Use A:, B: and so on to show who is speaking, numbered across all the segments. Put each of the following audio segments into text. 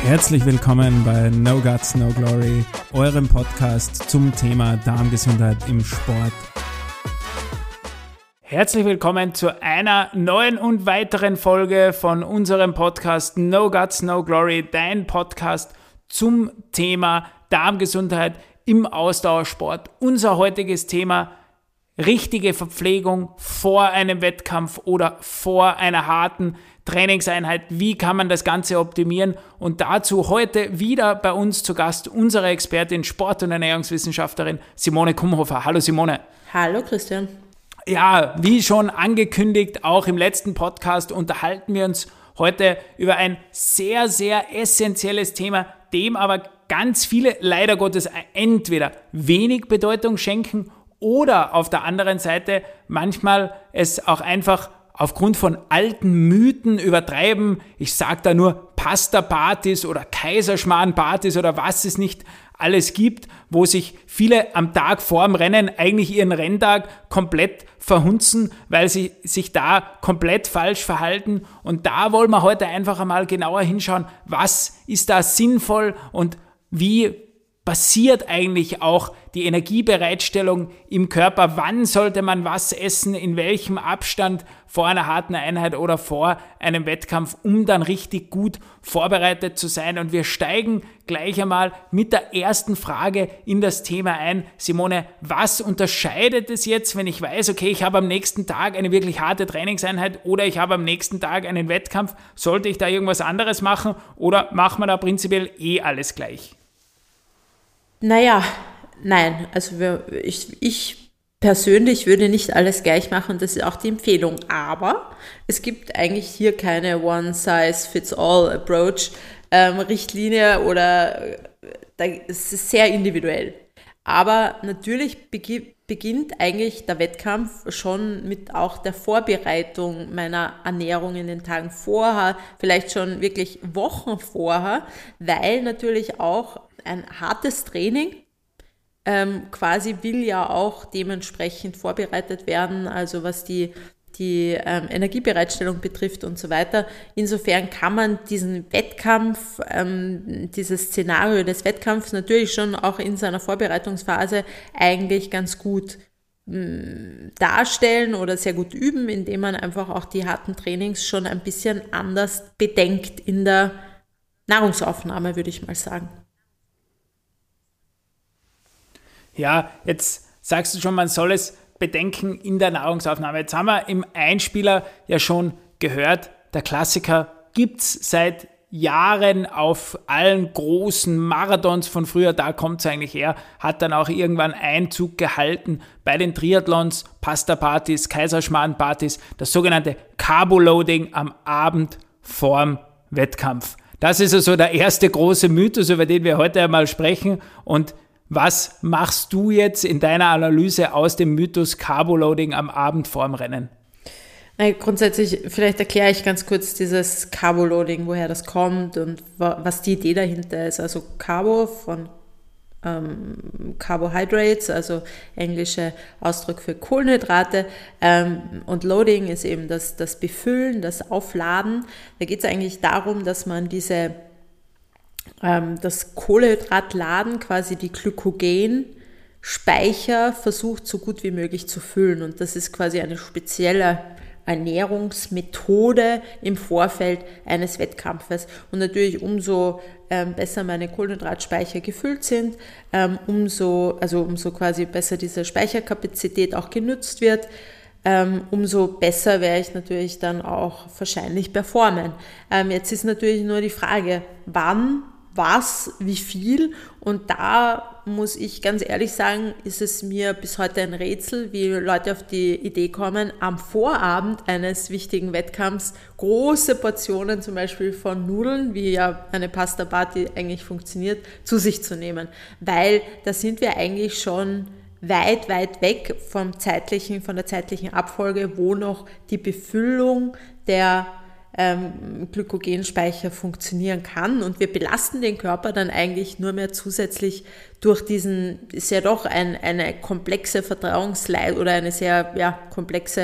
A: Herzlich willkommen bei No Guts, No Glory, eurem Podcast zum Thema Darmgesundheit im Sport. Herzlich willkommen zu einer neuen und weiteren Folge von unserem Podcast No Guts, No Glory, dein Podcast zum Thema Darmgesundheit im Ausdauersport. Unser heutiges Thema: richtige Verpflegung vor einem Wettkampf oder vor einer harten Trainingseinheit. Wie kann man das Ganze optimieren? Und dazu heute wieder bei uns zu Gast unsere Expertin, Sport- und Ernährungswissenschaftlerin Simone Kumhofer. Hallo Simone.
B: Hallo Christian.
A: Ja, wie schon angekündigt, auch im letzten Podcast unterhalten wir uns heute über ein sehr, sehr essentielles Thema, dem aber ganz viele leider Gottes entweder wenig Bedeutung schenken oder auf der anderen Seite manchmal es auch einfach aufgrund von alten Mythen übertreiben. Ich sage da nur Pasta-Partys oder Kaiserschmarrn-Partys oder was es nicht alles gibt, wo sich viele am Tag vor dem Rennen eigentlich ihren Renntag komplett verhunzen, weil sie sich da komplett falsch verhalten. Und da wollen wir heute einfach einmal genauer hinschauen, was ist da sinnvoll und wie passiert eigentlich auch die Energiebereitstellung im Körper? Wann sollte man was essen, in welchem Abstand vor einer harten Einheit oder vor einem Wettkampf, um dann richtig gut vorbereitet zu sein? Und wir steigen gleich einmal mit der ersten Frage in das Thema ein. Simone, was unterscheidet es jetzt, wenn ich weiß, okay, ich habe am nächsten Tag eine wirklich harte Trainingseinheit oder ich habe am nächsten Tag einen Wettkampf? Sollte ich da irgendwas anderes machen oder macht man da prinzipiell alles gleich?
B: Naja, nein, also ich persönlich würde nicht alles gleich machen, das ist auch die Empfehlung, aber es gibt eigentlich hier keine One-Size-Fits-All-Approach, Richtlinie oder es ist sehr individuell. Aber natürlich beginnt eigentlich der Wettkampf schon mit auch der Vorbereitung meiner Ernährung in den Tagen vorher, vielleicht schon wirklich Wochen vorher, weil natürlich auch ein hartes Training quasi will ja auch dementsprechend vorbereitet werden, also was die Energiebereitstellung betrifft und so weiter. Insofern kann man diesen Wettkampf, dieses Szenario des Wettkampfs natürlich schon auch in seiner Vorbereitungsphase eigentlich ganz gut darstellen oder sehr gut üben, indem man einfach auch die harten Trainings schon ein bisschen anders bedenkt in der Nahrungsaufnahme, würde ich mal sagen.
A: Ja, jetzt sagst du schon, man soll es bedenken in der Nahrungsaufnahme. Jetzt haben wir im Einspieler ja schon gehört, der Klassiker gibt es seit Jahren auf allen großen Marathons von früher, da kommt es eigentlich her, hat dann auch irgendwann Einzug gehalten bei den Triathlons, Pasta-Partys, Kaiserschmarrn-Partys, das sogenannte Carbo-Loading am Abend vorm Wettkampf. Das ist also der erste große Mythos, über den wir heute einmal sprechen. Und was machst du jetzt in deiner Analyse aus dem Mythos Carbo-Loading am Abend vorm Rennen?
B: Grundsätzlich, vielleicht erkläre ich ganz kurz dieses Carbo-Loading, woher das kommt und was die Idee dahinter ist. Also Carbo von Carbohydrates, also englische Ausdruck für Kohlenhydrate, und Loading ist eben das Befüllen, das Aufladen. Da geht es eigentlich darum, dass man das Kohlehydratladen, quasi die Glykogenspeicher, versucht so gut wie möglich zu füllen. Und das ist quasi eine spezielle Ernährungsmethode im Vorfeld eines Wettkampfes. Und natürlich umso besser meine Kohlenhydratspeicher gefüllt sind, umso quasi besser diese Speicherkapazität auch genutzt wird, umso besser werde ich natürlich dann auch wahrscheinlich performen. Jetzt ist natürlich nur die Frage, wann, was, wie viel, und da muss ich ganz ehrlich sagen, ist es mir bis heute ein Rätsel, wie Leute auf die Idee kommen, am Vorabend eines wichtigen Wettkampfs große Portionen zum Beispiel von Nudeln, wie ja eine Pasta-Party eigentlich funktioniert, zu sich zu nehmen, weil da sind wir eigentlich schon weit weg von der zeitlichen Abfolge, wo noch die Befüllung der Glykogenspeicher funktionieren kann, und wir belasten den Körper dann eigentlich nur mehr zusätzlich durch ist ja doch eine komplexe Verdauungsleistung oder eine sehr komplexe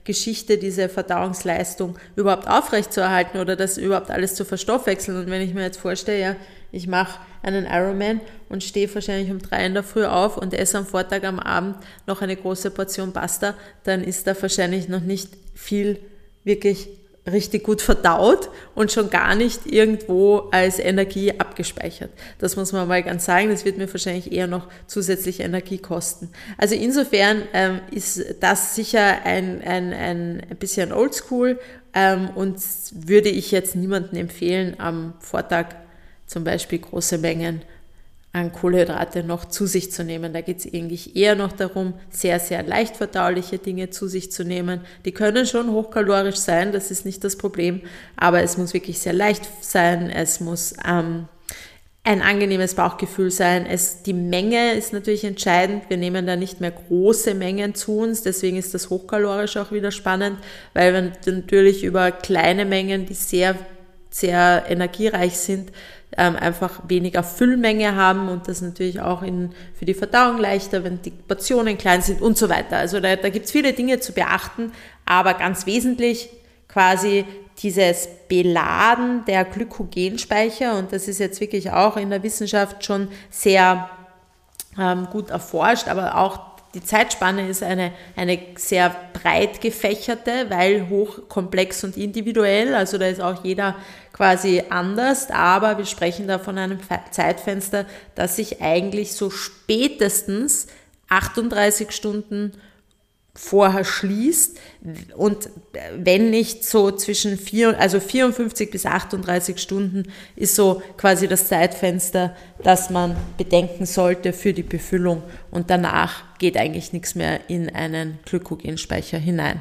B: Geschichte, diese Verdauungsleistung überhaupt aufrechtzuerhalten oder das überhaupt alles zu verstoffwechseln. Und wenn ich mir jetzt vorstelle, ja, ich mache einen Ironman und stehe wahrscheinlich um 3 in der Früh auf und esse am Vortag am Abend noch eine große Portion Pasta, dann ist da wahrscheinlich noch nicht viel wirklich richtig gut verdaut und schon gar nicht irgendwo als Energie abgespeichert. Das muss man mal ganz sagen, das wird mir wahrscheinlich eher noch zusätzliche Energie kosten. Also insofern ist das sicher ein bisschen oldschool und würde ich jetzt niemandem empfehlen, am Vortag zum Beispiel große Mengen an Kohlenhydrate noch zu sich zu nehmen. Da geht es eigentlich eher noch darum, sehr, sehr leicht verdauliche Dinge zu sich zu nehmen. Die können schon hochkalorisch sein, das ist nicht das Problem, aber es muss wirklich sehr leicht sein, es muss ein angenehmes Bauchgefühl sein. Die Menge ist natürlich entscheidend. Wir nehmen da nicht mehr große Mengen zu uns, deswegen ist das hochkalorisch auch wieder spannend, weil wir natürlich über kleine Mengen, die sehr, sehr energiereich sind, einfach weniger Füllmenge haben und das natürlich auch für die Verdauung leichter, wenn die Portionen klein sind und so weiter. Also da gibt es viele Dinge zu beachten, aber ganz wesentlich quasi dieses Beladen der Glykogenspeicher, und das ist jetzt wirklich auch in der Wissenschaft schon sehr gut erforscht, aber auch die Zeitspanne ist eine sehr breit gefächerte, weil hochkomplex und individuell, also da ist auch jeder quasi anders, aber wir sprechen da von einem Zeitfenster, das sich eigentlich so spätestens 38 Stunden vorher schließt und wenn nicht so zwischen 54 bis 38 Stunden ist so quasi das Zeitfenster, das man bedenken sollte für die Befüllung und danach geht eigentlich nichts mehr in einen Glykogenspeicher hinein.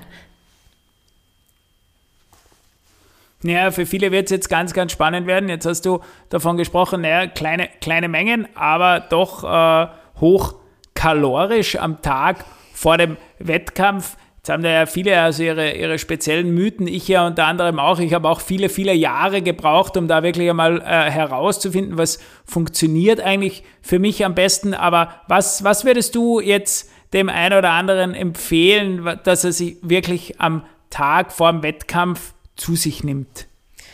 A: Ja, für viele wird es jetzt ganz, ganz spannend werden. Jetzt hast du davon gesprochen, naja, kleine Mengen, aber doch hochkalorisch am Tag vor dem Wettkampf. Jetzt haben da ja viele also ihre speziellen Mythen, ich ja unter anderem auch. Ich habe auch viele, viele Jahre gebraucht, um da wirklich einmal herauszufinden, was funktioniert eigentlich für mich am besten. Aber was würdest du jetzt dem einen oder anderen empfehlen, dass er sich wirklich am Tag vor dem Wettkampf zu sich nimmt?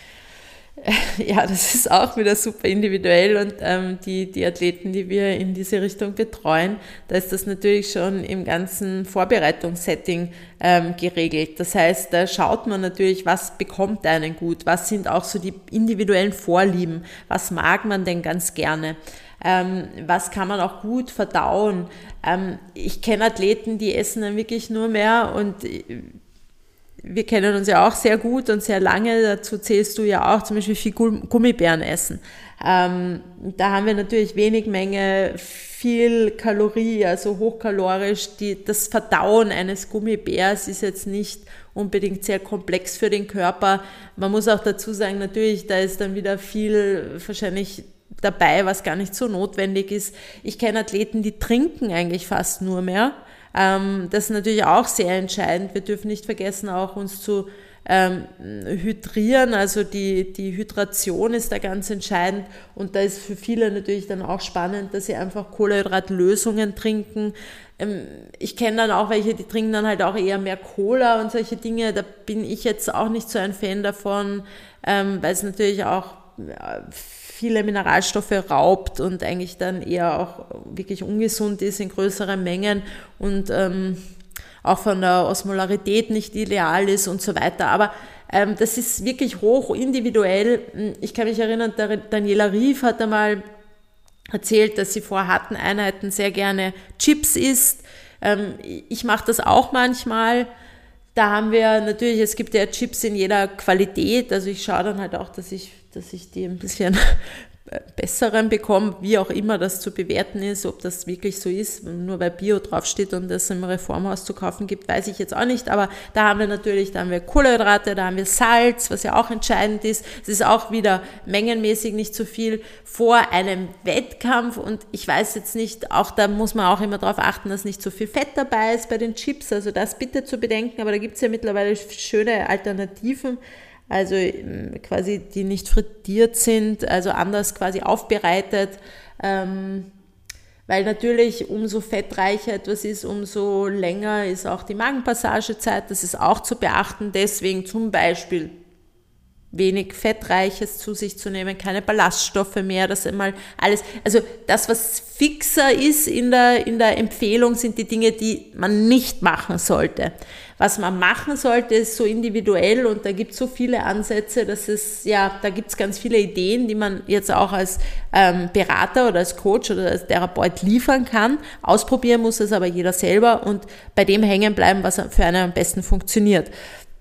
B: Ja, das ist auch wieder super individuell und die Athleten, die wir in diese Richtung betreuen, da ist das natürlich schon im ganzen Vorbereitungssetting geregelt. Das heißt, da schaut man natürlich, was bekommt einen gut, was sind auch so die individuellen Vorlieben, was mag man denn ganz gerne. Was kann man auch gut verdauen. Ich kenne Athleten, die essen dann wirklich nur mehr und wir kennen uns ja auch sehr gut und sehr lange, dazu zählst du ja auch zum Beispiel viel Gummibären essen. Da haben wir natürlich wenig Menge, viel Kalorie, also hochkalorisch. Das Verdauen eines Gummibärs ist jetzt nicht unbedingt sehr komplex für den Körper. Man muss auch dazu sagen, natürlich, da ist dann wieder viel wahrscheinlich dabei, was gar nicht so notwendig ist. Ich kenne Athleten, die trinken eigentlich fast nur mehr. Das ist natürlich auch sehr entscheidend. Wir dürfen nicht vergessen, auch uns zu hydrieren, also die Hydration ist da ganz entscheidend und da ist für viele natürlich dann auch spannend, dass sie einfach Kohlenhydratlösungen trinken. Ich kenne dann auch welche, die trinken dann halt auch eher mehr Cola und solche Dinge, da bin ich jetzt auch nicht so ein Fan davon, weil es natürlich auch viele Mineralstoffe raubt und eigentlich dann eher auch wirklich ungesund ist in größeren Mengen und auch von der Osmolarität nicht ideal ist und so weiter. Aber das ist wirklich hoch individuell. Ich kann mich erinnern, Daniela Rief hat einmal erzählt, dass sie vor harten Einheiten sehr gerne Chips isst. Ich mache das auch manchmal. Da haben wir natürlich, es gibt ja Chips in jeder Qualität, also ich schaue dann halt auch, dass ich die ein bisschen besseren bekomme, wie auch immer das zu bewerten ist, ob das wirklich so ist, nur weil Bio draufsteht und das im Reformhaus zu kaufen gibt, weiß ich jetzt auch nicht, aber da haben wir Kohlenhydrate, da haben wir Salz, was ja auch entscheidend ist, es ist auch wieder mengenmäßig nicht so viel vor einem Wettkampf und ich weiß jetzt nicht, auch da muss man auch immer darauf achten, dass nicht so viel Fett dabei ist bei den Chips, also das bitte zu bedenken, aber da gibt es ja mittlerweile schöne Alternativen, also quasi die nicht frittiert sind, also anders quasi aufbereitet. weil natürlich umso fettreicher etwas ist, umso länger ist auch die Magenpassagezeit. Das ist auch zu beachten. Deswegen zum Beispiel wenig Fettreiches zu sich zu nehmen, keine Ballaststoffe mehr, das einmal alles, also das, was fixer ist in der Empfehlung, sind die Dinge, die man nicht machen sollte. Was man machen sollte, ist so individuell und da gibt es so viele Ansätze, da gibt es ganz viele Ideen, die man jetzt auch als Berater oder als Coach oder als Therapeut liefern kann. Ausprobieren muss es aber jeder selber und bei dem hängen bleiben, was für einen am besten funktioniert.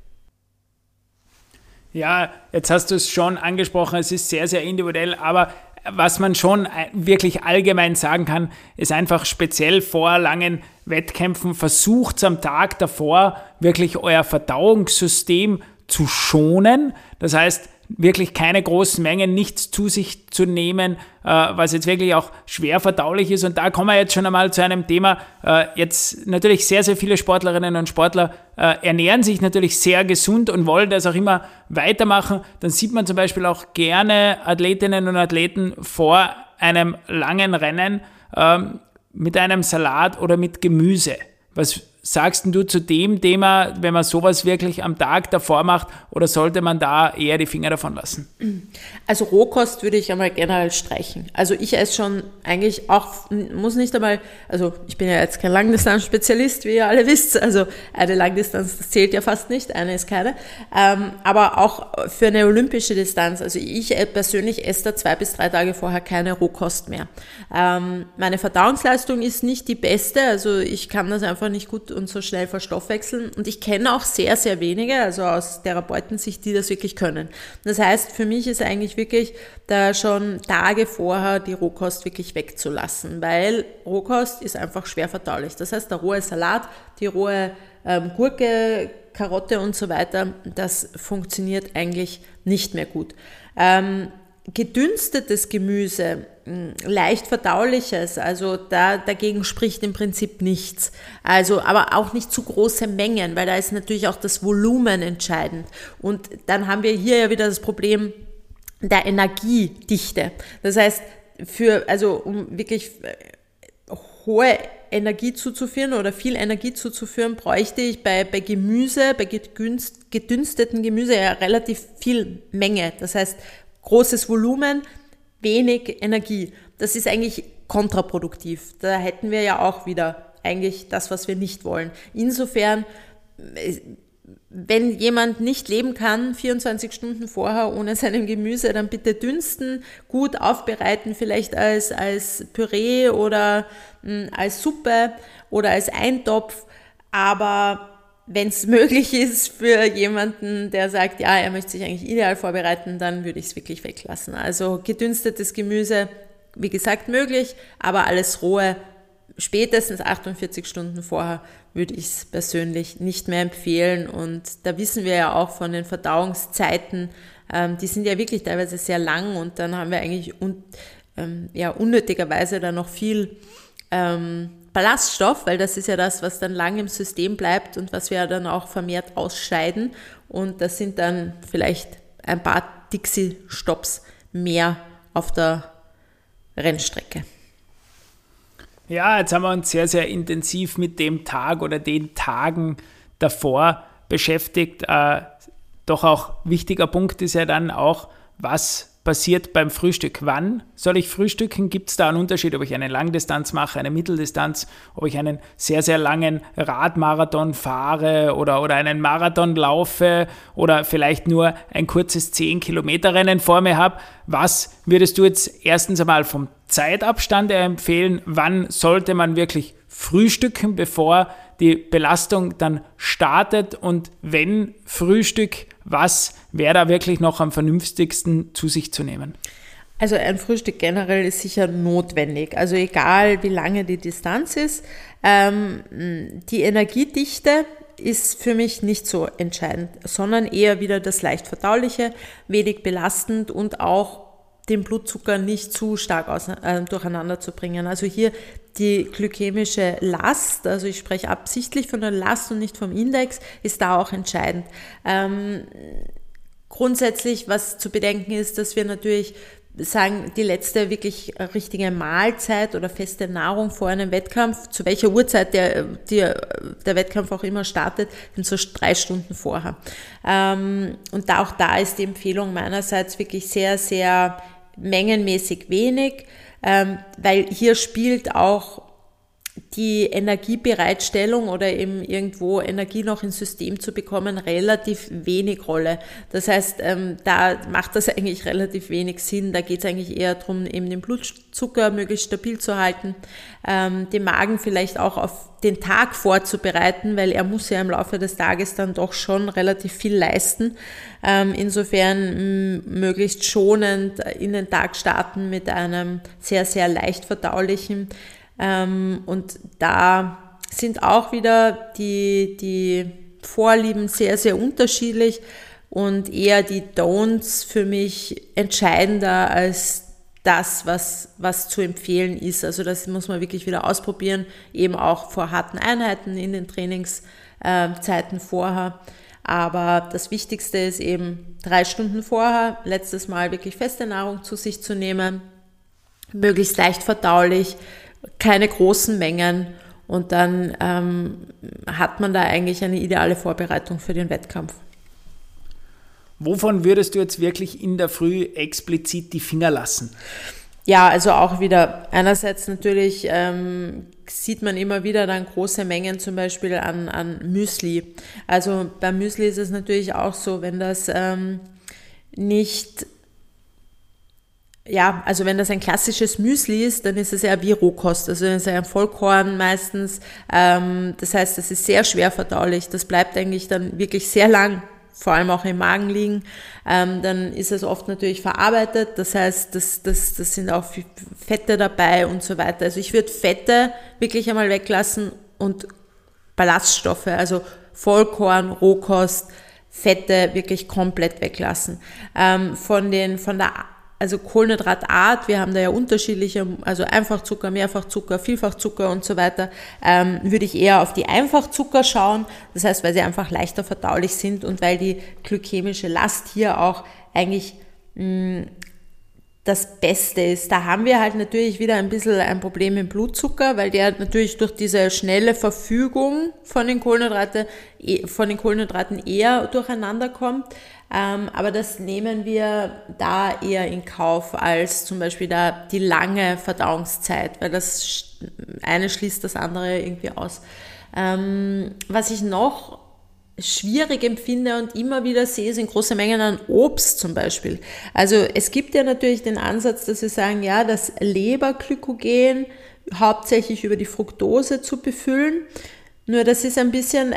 A: Ja, jetzt hast du es schon angesprochen, es ist sehr, sehr individuell, aber was man schon wirklich allgemein sagen kann, ist einfach speziell vor langen Wettkämpfen, versucht am Tag davor wirklich euer Verdauungssystem zu schonen. Das heißt, wirklich keine großen Mengen, nichts zu sich zu nehmen, was jetzt wirklich auch schwer verdaulich ist. Und da kommen wir jetzt schon einmal zu einem Thema. Jetzt natürlich sehr, sehr viele Sportlerinnen und Sportler ernähren sich natürlich sehr gesund und wollen das auch immer weitermachen. Dann sieht man zum Beispiel auch gerne Athletinnen und Athleten vor einem langen Rennen mit einem Salat oder mit Gemüse. Was sagst du zu dem Thema, wenn man sowas wirklich am Tag davor macht, oder sollte man da eher die Finger davon lassen?
B: Also Rohkost würde ich einmal generell streichen. Also ich esse schon eigentlich auch, muss nicht einmal, also ich bin ja jetzt kein Langdistanz-Spezialist, wie ihr alle wisst, also eine Langdistanz, das zählt ja fast nicht, eine ist keine, aber auch für eine olympische Distanz, also ich persönlich esse da 2 bis 3 Tage vorher keine Rohkost mehr. Meine Verdauungsleistung ist nicht die beste, also ich kann das einfach nicht gut und so schnell verstoffwechseln. Und ich kenne auch sehr, sehr wenige, also aus Therapeutensicht, die das wirklich können. Das heißt, für mich ist eigentlich wirklich da schon Tage vorher die Rohkost wirklich wegzulassen, weil Rohkost ist einfach schwer verdaulich. Das heißt, der rohe Salat, die rohe Gurke, Karotte und so weiter, das funktioniert eigentlich nicht mehr gut. Gedünstetes Gemüse, leicht verdauliches, also dagegen spricht im Prinzip nichts. Also, aber auch nicht zu große Mengen, weil da ist natürlich auch das Volumen entscheidend. Und dann haben wir hier ja wieder das Problem der Energiedichte. Das heißt, um wirklich hohe Energie zuzuführen oder viel Energie zuzuführen, bräuchte ich bei Gemüse, bei gedünsteten Gemüse ja relativ viel Menge. Das heißt, großes Volumen, wenig Energie. Das ist eigentlich kontraproduktiv. Da hätten wir ja auch wieder eigentlich das, was wir nicht wollen. Insofern, wenn jemand nicht leben kann, 24 Stunden vorher ohne seinem Gemüse, dann bitte dünsten, gut aufbereiten, vielleicht als Püree oder als Suppe oder als Eintopf, aber wenn es möglich ist für jemanden, der sagt, ja, er möchte sich eigentlich ideal vorbereiten, dann würde ich es wirklich weglassen. Also gedünstetes Gemüse, wie gesagt, möglich, aber alles rohe, spätestens 48 Stunden vorher würde ich es persönlich nicht mehr empfehlen. Und da wissen wir ja auch von den Verdauungszeiten, die sind ja wirklich teilweise sehr lang und dann haben wir eigentlich unnötigerweise dann noch viel Ballaststoff, weil das ist ja das, was dann lang im System bleibt und was wir dann auch vermehrt ausscheiden. Und das sind dann vielleicht ein paar Dixie-Stops mehr auf der Rennstrecke.
A: Ja, jetzt haben wir uns sehr, sehr intensiv mit dem Tag oder den Tagen davor beschäftigt. Doch auch wichtiger Punkt ist ja dann auch, was passiert beim Frühstück. Wann soll ich frühstücken? Gibt es da einen Unterschied, ob ich eine Langdistanz mache, eine Mitteldistanz, ob ich einen sehr, sehr langen Radmarathon fahre oder einen Marathon laufe oder vielleicht nur ein kurzes 10-Kilometer-Rennen vor mir habe? Was würdest du jetzt erstens einmal vom Zeitabstand empfehlen? Wann sollte man wirklich frühstücken, bevor die Belastung dann startet? Und wenn Frühstück, was wäre da wirklich noch am vernünftigsten zu sich zu nehmen?
B: Also ein Frühstück generell ist sicher notwendig. Also egal, wie lange die Distanz ist. Die Energiedichte ist für mich nicht so entscheidend, sondern eher wieder das leicht verdauliche, wenig belastend und auch den Blutzucker nicht zu stark durcheinander zu bringen. Also hier die glykämische Last, also ich spreche absichtlich von der Last und nicht vom Index, ist da auch entscheidend. Grundsätzlich, was zu bedenken ist, dass wir natürlich sagen, die letzte wirklich richtige Mahlzeit oder feste Nahrung vor einem Wettkampf, zu welcher Uhrzeit der Wettkampf auch immer startet, sind so 3 Stunden vorher. Und auch da ist die Empfehlung meinerseits wirklich sehr, sehr mengenmäßig wenig, weil hier spielt auch die Energiebereitstellung oder eben irgendwo Energie noch ins System zu bekommen, relativ wenig Rolle. Das heißt, da macht das eigentlich relativ wenig Sinn. Da geht es eigentlich eher darum, eben den Blutzucker möglichst stabil zu halten, den Magen vielleicht auch auf den Tag vorzubereiten, weil er muss ja im Laufe des Tages dann doch schon relativ viel leisten. Insofern möglichst schonend in den Tag starten mit einem sehr, sehr leicht verdaulichen. Und da sind auch wieder die Vorlieben sehr, sehr unterschiedlich und eher die Don'ts für mich entscheidender als das, was zu empfehlen ist. Also das muss man wirklich wieder ausprobieren, eben auch vor harten Einheiten in den Trainingszeiten vorher. Aber das Wichtigste ist eben 3 Stunden vorher, letztes Mal wirklich feste Nahrung zu sich zu nehmen, möglichst leicht verdaulich, keine großen Mengen und dann hat man da eigentlich eine ideale Vorbereitung für den Wettkampf.
A: Wovon würdest du jetzt wirklich in der Früh explizit die Finger lassen?
B: Ja, also auch wieder einerseits natürlich sieht man immer wieder dann große Mengen zum Beispiel an Müsli. Also beim Müsli ist es natürlich auch so, wenn das nicht... Ja, also wenn das ein klassisches Müsli ist, dann ist es ja wie Rohkost, also es ist ja ein Vollkorn meistens, das heißt, es ist sehr schwer verdaulich, das bleibt eigentlich dann wirklich sehr lang, vor allem auch im Magen liegen, dann ist es oft natürlich verarbeitet, das heißt, das sind auch Fette dabei und so weiter, also ich würde Fette wirklich einmal weglassen und Ballaststoffe, also Vollkorn, Rohkost, Fette wirklich komplett weglassen. Also Kohlenhydratart, wir haben da ja unterschiedliche, also Einfachzucker, Mehrfachzucker, Vielfachzucker und so weiter, würde ich eher auf die Einfachzucker schauen. Das heißt, weil sie einfach leichter verdaulich sind und weil die glykämische Last hier auch eigentlich das Beste ist. Da haben wir halt natürlich wieder ein bisschen ein Problem mit Blutzucker, weil der natürlich durch diese schnelle Verfügung von den Kohlenhydraten eher durcheinander kommt. Aber das nehmen wir da eher in Kauf als zum Beispiel da die lange Verdauungszeit, weil das eine schließt das andere irgendwie aus. Was ich noch schwierig empfinde und immer wieder sehe, sind große Mengen an Obst zum Beispiel. Also es gibt ja natürlich den Ansatz, dass wir sagen, ja, das Leberglykogen hauptsächlich über die Fructose zu befüllen. Nur das ist ein bisschen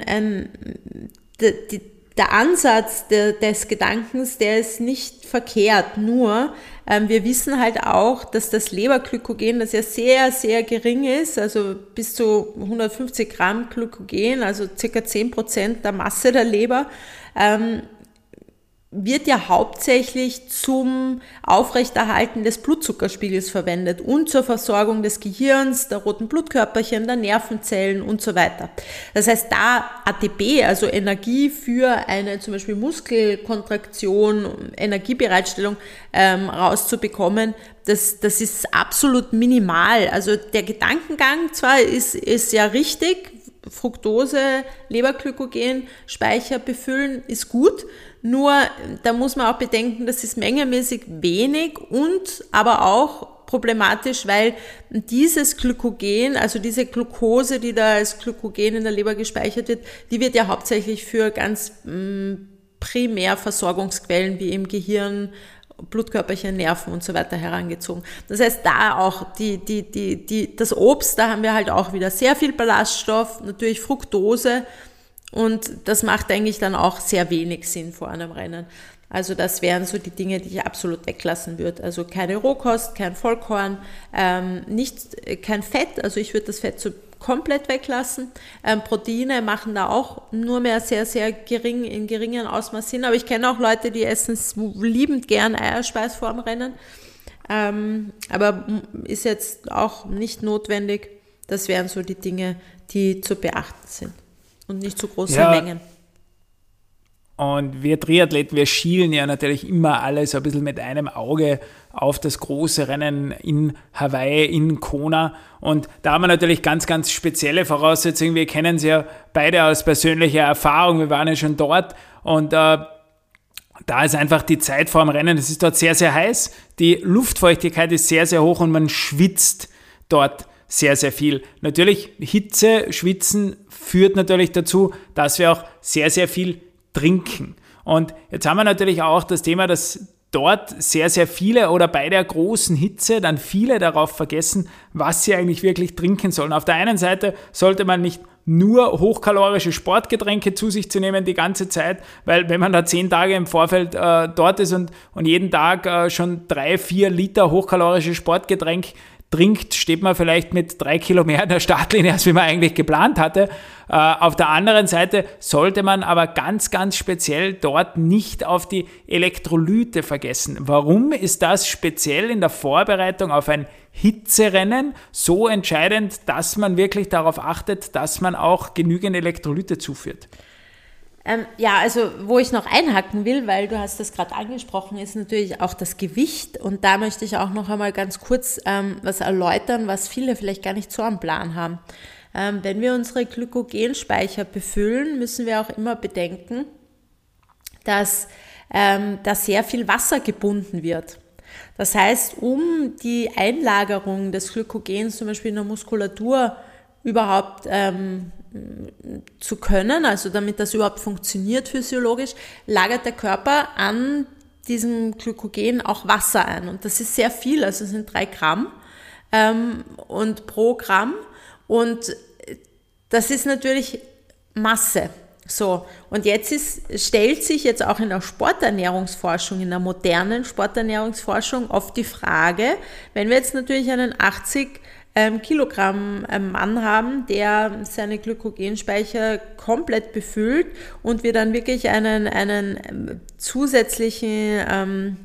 B: der Ansatz des Gedankens, der ist nicht verkehrt, nur wir wissen halt auch, dass das Leberglykogen, das ja sehr, sehr gering ist, also bis zu 150 Gramm Glykogen, also ca. 10% der Masse der Leber, wird ja hauptsächlich zum Aufrechterhalten des Blutzuckerspiegels verwendet und zur Versorgung des Gehirns, der roten Blutkörperchen, der Nervenzellen und so weiter. Das heißt, da ATP, also Energie für eine zum Beispiel Muskelkontraktion, Energiebereitstellung rauszubekommen, das ist absolut minimal. Also der Gedankengang zwar ist ja richtig, Fructose, Leberglykogen, Speicher befüllen ist gut, nur da muss man auch bedenken, das ist mengenmäßig wenig und aber auch problematisch, weil dieses Glykogen, also diese Glucose, die da als Glykogen in der Leber gespeichert wird, die wird ja hauptsächlich für ganz primär Versorgungsquellen wie im Gehirn, Blutkörperchen, Nerven und so weiter herangezogen. Das heißt, da auch das Obst, da haben wir halt auch wieder sehr viel Ballaststoff, natürlich Fructose und das macht eigentlich dann auch sehr wenig Sinn vor einem Rennen. Also das wären so die Dinge, die ich absolut weglassen würde. Also keine Rohkost, kein Vollkorn, kein Fett, also ich würde das Fett so komplett weglassen. Proteine machen da auch nur mehr sehr, sehr in geringen Ausmaß Sinn. Aber ich kenne auch Leute, die essen liebend gern Eierspeis vor dem Rennen. Aber ist jetzt auch nicht notwendig. Das wären so die Dinge, die zu beachten sind. Und nicht zu große Mengen.
A: Und wir Triathleten, wir schielen ja natürlich immer alle so ein bisschen mit einem Auge auf das große Rennen in Hawaii, in Kona. Und da haben wir natürlich ganz, ganz spezielle Voraussetzungen. Wir kennen sie ja beide aus persönlicher Erfahrung. Wir waren ja schon dort und da ist einfach die Zeit vor dem Rennen, es ist dort sehr, sehr heiß. Die Luftfeuchtigkeit ist sehr, sehr hoch und man schwitzt dort sehr, sehr viel. Natürlich Hitze, Schwitzen führt natürlich dazu, dass wir auch sehr, sehr viel trinken. Und jetzt haben wir natürlich auch das Thema, dass dort sehr, sehr viele oder bei der großen Hitze dann viele darauf vergessen, was sie eigentlich wirklich trinken sollen. Auf der einen Seite sollte man nicht nur hochkalorische Sportgetränke zu sich zu nehmen die ganze Zeit, weil wenn man da 10 Tage im Vorfeld dort ist und jeden Tag schon 3-4 Liter hochkalorische Sportgetränk trinkt, steht man vielleicht mit 3 Kilo mehr in der Startlinie, als wie man eigentlich geplant hatte. Auf der anderen Seite sollte man aber ganz, ganz speziell dort nicht auf die Elektrolyte vergessen. Warum ist das speziell in der Vorbereitung auf ein Hitzerennen so entscheidend, dass man wirklich darauf achtet, dass man auch genügend Elektrolyte zuführt?
B: Also wo ich noch einhaken will, weil du hast das gerade angesprochen, ist natürlich auch das Gewicht, und da möchte ich auch noch einmal ganz kurz was erläutern, was viele vielleicht gar nicht so am Plan haben. Wenn wir unsere Glykogenspeicher befüllen, müssen wir auch immer bedenken, dass da sehr viel Wasser gebunden wird. Das heißt, um die Einlagerung des Glykogens zum Beispiel in der Muskulatur überhaupt zu können, also damit das überhaupt funktioniert physiologisch, lagert der Körper an diesem Glykogen auch Wasser ein. Und das ist sehr viel, also es sind 3 Gramm und pro Gramm. Und das ist natürlich Masse. So, und jetzt stellt sich jetzt auch in der Sporternährungsforschung, in der modernen Sporternährungsforschung oft die Frage, wenn wir jetzt natürlich einen 80 Kilogramm Mann haben, der seine Glykogenspeicher komplett befüllt und wir dann wirklich einen zusätzlichen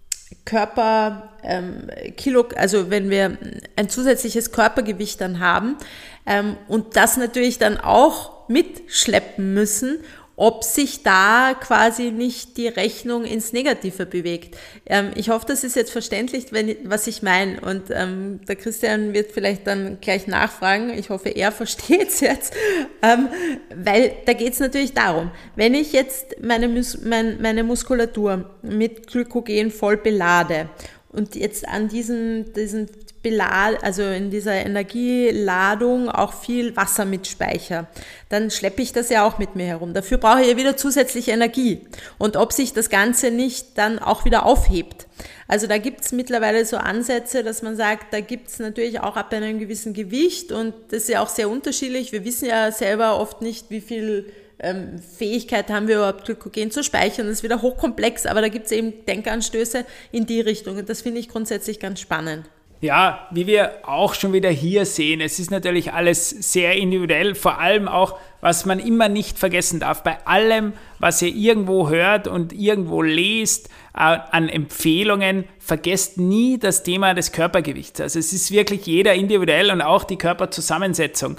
B: also wenn wir ein zusätzliches Körpergewicht dann haben und das natürlich dann auch mitschleppen müssen, ob sich da quasi nicht die Rechnung ins Negative bewegt. Ich hoffe, das ist jetzt verständlich, was ich meine. Und der Christian wird vielleicht dann gleich nachfragen. Ich hoffe, er versteht es jetzt. Weil da geht es natürlich darum, wenn ich jetzt meine Muskulatur mit Glykogen voll belade und jetzt an diesen also in dieser Energieladung auch viel Wasser mitspeicher, dann schleppe ich das ja auch mit mir herum. Dafür brauche ich ja wieder zusätzliche Energie. Und ob sich das Ganze nicht dann auch wieder aufhebt. Also da gibt es mittlerweile so Ansätze, dass man sagt, da gibt es natürlich auch ab einem gewissen Gewicht, und das ist ja auch sehr unterschiedlich. Wir wissen ja selber oft nicht, wie viel Fähigkeit haben wir überhaupt, Glykogen zu speichern. Das ist wieder hochkomplex, aber da gibt es eben Denkanstöße in die Richtung. Und das finde ich grundsätzlich ganz spannend.
A: Ja, wie wir auch schon wieder hier sehen, es ist natürlich alles sehr individuell, vor allem auch, was man immer nicht vergessen darf, bei allem, was ihr irgendwo hört und irgendwo lest, an Empfehlungen, vergesst nie das Thema des Körpergewichts. Also es ist wirklich jeder individuell, und auch die Körperzusammensetzung.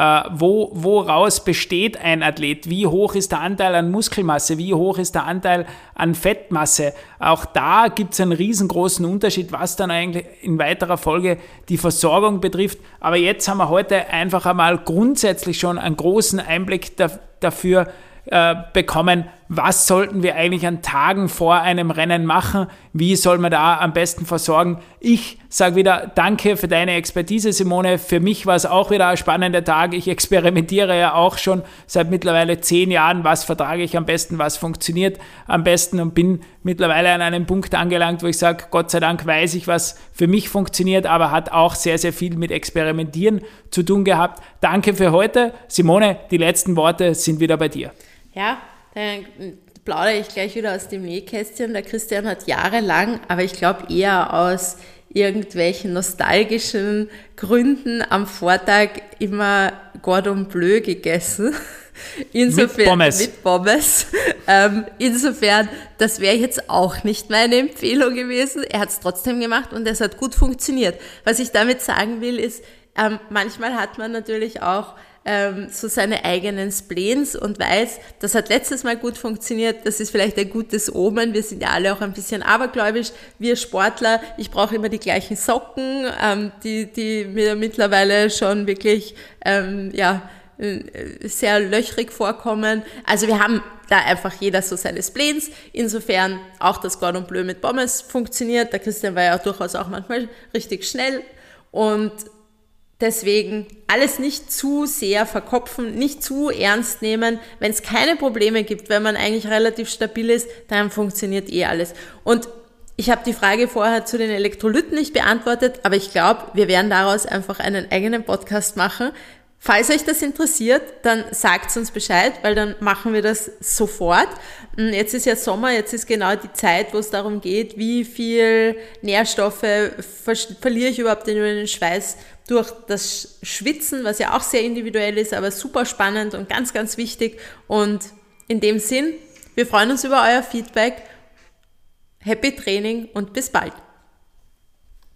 A: Woraus besteht ein Athlet? Wie hoch ist der Anteil an Muskelmasse? Wie hoch ist der Anteil an Fettmasse? Auch da gibt es einen riesengroßen Unterschied, was dann eigentlich in weiterer Folge die Versorgung betrifft. Aber jetzt haben wir heute einfach einmal grundsätzlich schon einen großen Einblick dafür bekommen, was sollten wir eigentlich an Tagen vor einem Rennen machen, wie soll man da am besten versorgen. Ich sage wieder danke für deine Expertise, Simone. Für mich war es auch wieder ein spannender Tag. Ich experimentiere ja auch schon seit mittlerweile 10 Jahren, was vertrage ich am besten, was funktioniert am besten, und bin mittlerweile an einem Punkt angelangt, wo ich sage, Gott sei Dank weiß ich, was für mich funktioniert, aber hat auch sehr, sehr viel mit Experimentieren zu tun gehabt. Danke für heute. Simone, die letzten Worte sind wieder bei dir.
B: Ja, dann plaudere ich gleich wieder aus dem Nähkästchen. Der Christian hat jahrelang, aber ich glaube eher aus irgendwelchen nostalgischen Gründen am Vortag immer Cordon Bleu gegessen. Insofern, mit Pommes. Insofern, das wäre jetzt auch nicht meine Empfehlung gewesen. Er hat es trotzdem gemacht und es hat gut funktioniert. Was ich damit sagen will, ist, manchmal hat man natürlich auch so seine eigenen Spleens und weiß, das hat letztes Mal gut funktioniert, das ist vielleicht ein gutes Omen. Wir sind ja alle auch ein bisschen abergläubisch, wir Sportler. Ich brauche immer die gleichen Socken, die mir mittlerweile schon wirklich sehr löchrig vorkommen. Also wir haben da einfach jeder so seine Spleens. Insofern auch das Cordon Bleu mit Pommes funktioniert. Der Christian war ja durchaus auch manchmal richtig schnell und deswegen alles nicht zu sehr verkopfen, nicht zu ernst nehmen. Wenn es keine Probleme gibt, wenn man eigentlich relativ stabil ist, dann funktioniert alles. Und ich habe die Frage vorher zu den Elektrolyten nicht beantwortet, aber ich glaube, wir werden daraus einfach einen eigenen Podcast machen. Falls euch das interessiert, dann sagt uns Bescheid, weil dann machen wir das sofort. Jetzt ist ja Sommer, jetzt ist genau die Zeit, wo es darum geht, wie viel Nährstoffe verliere ich überhaupt in den Schweiß durch das Schwitzen, was ja auch sehr individuell ist, aber super spannend und ganz, ganz wichtig. Und in dem Sinn, wir freuen uns über euer Feedback. Happy Training und bis bald.